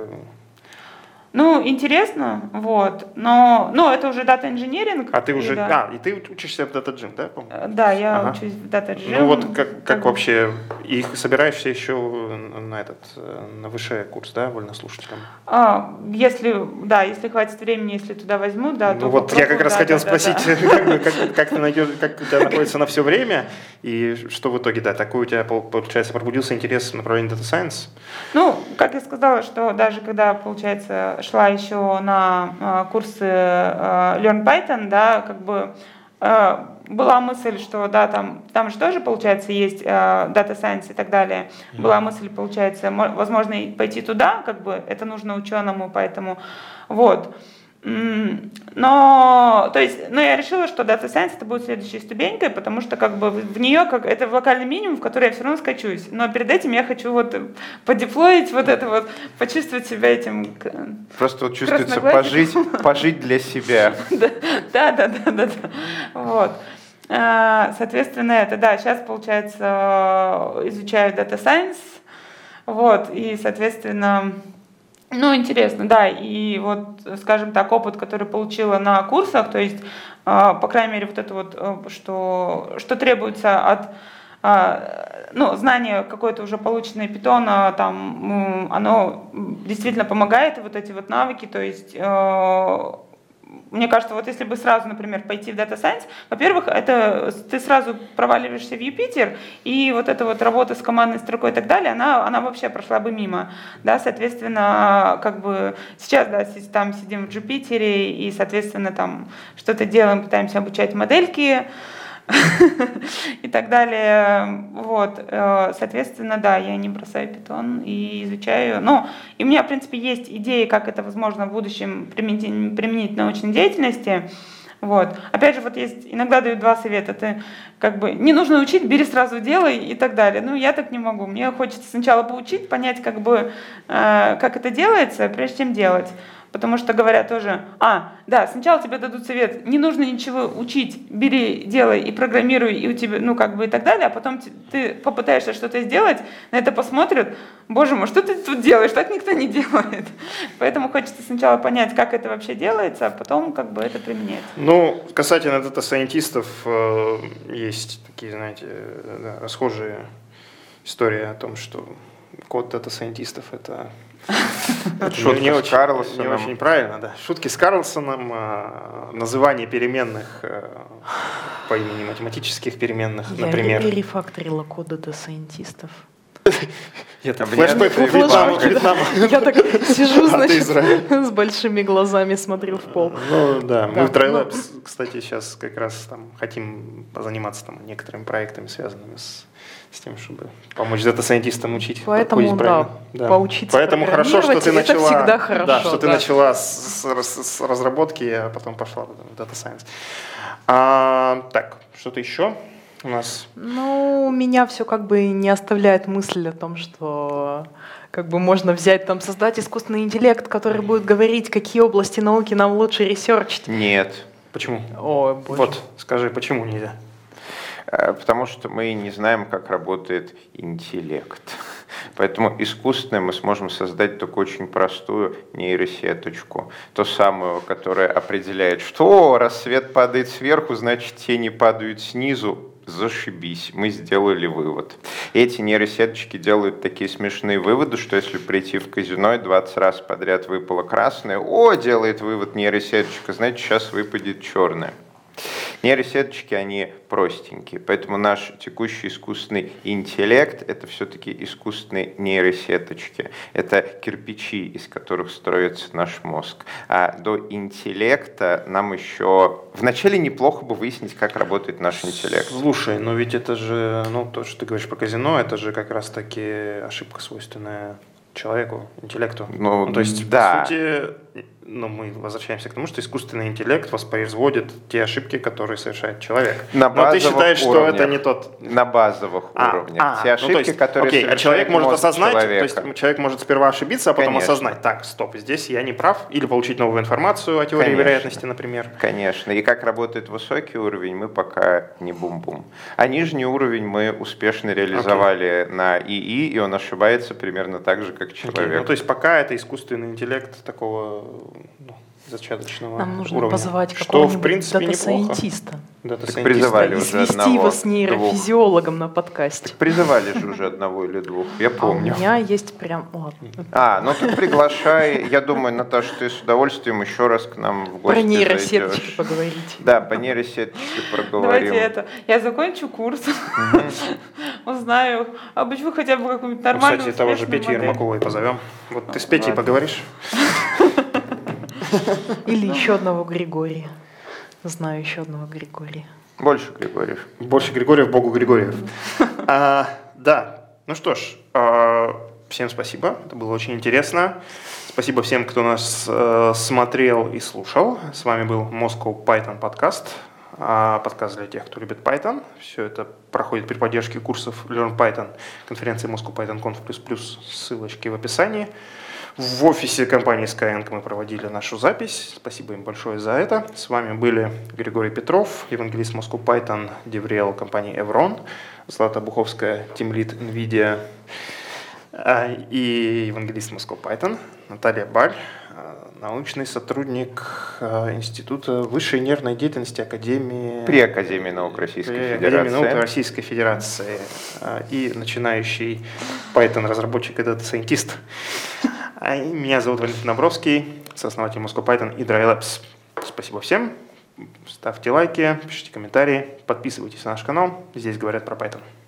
Ну, интересно, вот, но, ну, это уже дата-инжиниринг. А ты уже, и, да. а, и ты учишься в Data Gym, да, по-моему? Да, я Ага. учусь в Data Gym. Ну вот как, как вообще, их собираешься еще на этот, на высший курс, да, вольнослушателям? А, если, да, если хватит времени, если туда возьму, да, Ну то вот я как раз да, хотел да, да, спросить, да. Как, бы, как, как ты найдешь, как у тебя находится на все время, и что в итоге, да, такой у тебя, получается, пробудился интерес в направлении Data Science? Ну, как я сказала, что даже когда, получается, шла еще на э, курсы э, Learn Python, да, как бы э, была мысль, что да, там, там же тоже, получается, есть э, Data Science и так далее. Mm-hmm. Была мысль, получается, возможно, пойти туда, как бы это нужно ученому, поэтому вот. Но, то есть, но я решила, что Data Science это будет следующей ступенькой, потому что как бы в нее как это локальный минимум, в который я все равно скачусь. Но перед этим я хочу вот подеплоить вот это вот, почувствовать себя этим. Просто вот чувствуется пожить, пожить для себя. Да, да, да, да, да. Вот. Соответственно, это, да, сейчас, получается, изучаю Data Science, вот, и, соответственно, ну, интересно, да, и вот, скажем так, опыт, который получила на курсах, то есть, по крайней мере, вот это вот, что, что требуется от, ну, знания какое-то уже полученное питона, там, оно действительно помогает, и вот эти вот навыки, то есть, мне кажется, вот если бы сразу, например, пойти в Data Science, во-первых, это ты сразу проваливаешься в Юпитер, и вот эта вот работа с командной строкой и так далее, она, она вообще прошла бы мимо, да, соответственно, как бы сейчас, да, там сидим в Джупитере, и, соответственно, там что-то делаем, пытаемся обучать модельки, и так далее. Вот. Соответственно, да, я не бросаю питон и изучаю. Ну, и у меня, в принципе, есть идеи, как это возможно в будущем применить, применить в научной деятельности. Вот. Опять же, вот есть, иногда дают два совета. Ты как бы не нужно учить, бери сразу делай и так далее. Ну, я так не могу. Мне хочется сначала поучить, понять, как бы, э, как это делается, прежде чем делать. Потому что говорят тоже, а, да, сначала тебе дадут совет, не нужно ничего учить, бери, делай и программируй, и у тебя, ну, как бы и так далее, а потом ты попытаешься что-то сделать, на это посмотрят, боже мой, что ты тут делаешь, так никто не делает. Поэтому хочется сначала понять, как это вообще делается, а потом как бы это применять. Ну, касательно дата-сайентистов, э, есть такие, знаете, да, расхожие истории о том, что код дата-сайентистов это... Шутки не с очень, Карлсоном. Не очень правильно, да. Шутки с Карлсоном, называние переменных по имени математических переменных, Я например. Я рефакторила код дата-сайентистов. Это Обняться флешбэк и Вьетнама, плакать. Вьетнама. Я так сижу, А ты значит, Израиль. с большими глазами смотрю в пол. Ну да, мы Да, в TriLabs, кстати, сейчас как раз там хотим заниматься там некоторыми проектами, связанными с, с тем, чтобы помочь дата-сайентистам учить. Поэтому, кодить правильно. да, поучиться Поэтому хорошо, что ты программировать, это начала, всегда хорошо, да, что ты да. начала с, с- с разработки, а потом пошла в Data Science. А, так, что-то еще у нас? Ну, меня все как бы не оставляет мысль о том, что как бы можно взять там, создать искусственный интеллект, который будет говорить, какие области науки нам лучше ресерчить. Нет. Почему? Ой, боже. Вот, скажи, почему нельзя? Э, Потому что мы не знаем, как работает интеллект. Поэтому искусственное мы сможем создать только очень простую нейросеточку. Ту самую, которая определяет, что раз свет падает сверху, значит тени падают снизу. Зашибись, мы сделали вывод. И эти нейросеточки делают такие смешные выводы, что если прийти в казино и двадцать раз подряд выпало красное, о, делает вывод нейросеточка, значит сейчас выпадет черное. Нейросеточки, они простенькие, поэтому наш текущий искусственный интеллект – это все-таки искусственные нейросеточки. Это кирпичи, из которых строится наш мозг. А до интеллекта нам еще… Вначале неплохо бы выяснить, как работает наш интеллект. Слушай, но ведь это же, ну, то, что ты говоришь про казино, это же как раз-таки ошибка, свойственная человеку, интеллекту. Ну, то есть, да. по сути, ну, мы возвращаемся к тому, что искусственный интеллект воспроизводит те ошибки, которые совершает человек. На Но ты считаешь, что уровнях. это не тот… На базовых А, уровнях. а, Те ну, ошибки, то есть, которые окей, а человек совершает может мозг осознать, человека. то есть человек может сперва ошибиться, а потом Конечно. осознать, так, стоп, здесь я не прав, или получить новую информацию о теории Конечно. вероятности, например. Конечно. И как работает высокий уровень, мы пока не бум-бум. А нижний уровень мы успешно реализовали okay. на ИИ, и он ошибается примерно так же, как человек. Okay. Ну, то есть пока это искусственный интеллект такого, ну, зачаточного Нам нужно уровня. позывать Что, какого-нибудь в принципе, неплохо. дата-сайентиста. Так призывали И уже свести одного, его с нейрофизиологом на двух. подкасте. Так призывали же уже одного или двух, я помню. А у меня есть прям… Ладно. А, ну ты приглашай. Я думаю, Наташа, ты с удовольствием еще раз к нам в гости Про нейросеточки зайдешь. поговорить. Да, по нейросеточке проговорим. Давайте это. Я закончу курс, узнаю, а почему хотя бы какую-нибудь Ну, нормальную кстати, того же успешную Петю модель. Ермакова и позовем. Вот ты с Петей Ладно. поговоришь? Или еще одного Григория. Знаю еще одного Григория. Больше Григорьев. Больше Григорьев, Богу Григорьев. А, да, ну что ж, а, всем спасибо, это было очень интересно. Спасибо всем, кто нас э, смотрел и слушал. С вами был Moscow Python подкаст. А, подкаст для тех, кто любит Python. Все это проходит при поддержке курсов Learn Python, конференции Moscow Python Conf плюс плюс, ссылочки в описании. В офисе компании Skyeng мы проводили нашу запись. Спасибо им большое за это. С вами были Григорий Петров, евангелист Moscow Python, деврел компании Evron, Злата Буховская, тимлид NVIDIA и евангелист Moscow Python, Наталья Баль, научный сотрудник Института высшей нервной деятельности Академии... При Академии наук Российской При Федерации. Академии наук Российской Федерации и начинающий Python-разработчик и дата-сайентист. Меня зовут Валентин Набровский, сооснователь Moscow Python и TriLabs. Спасибо всем. Ставьте лайки, пишите комментарии, подписывайтесь на наш канал. Здесь говорят про Python.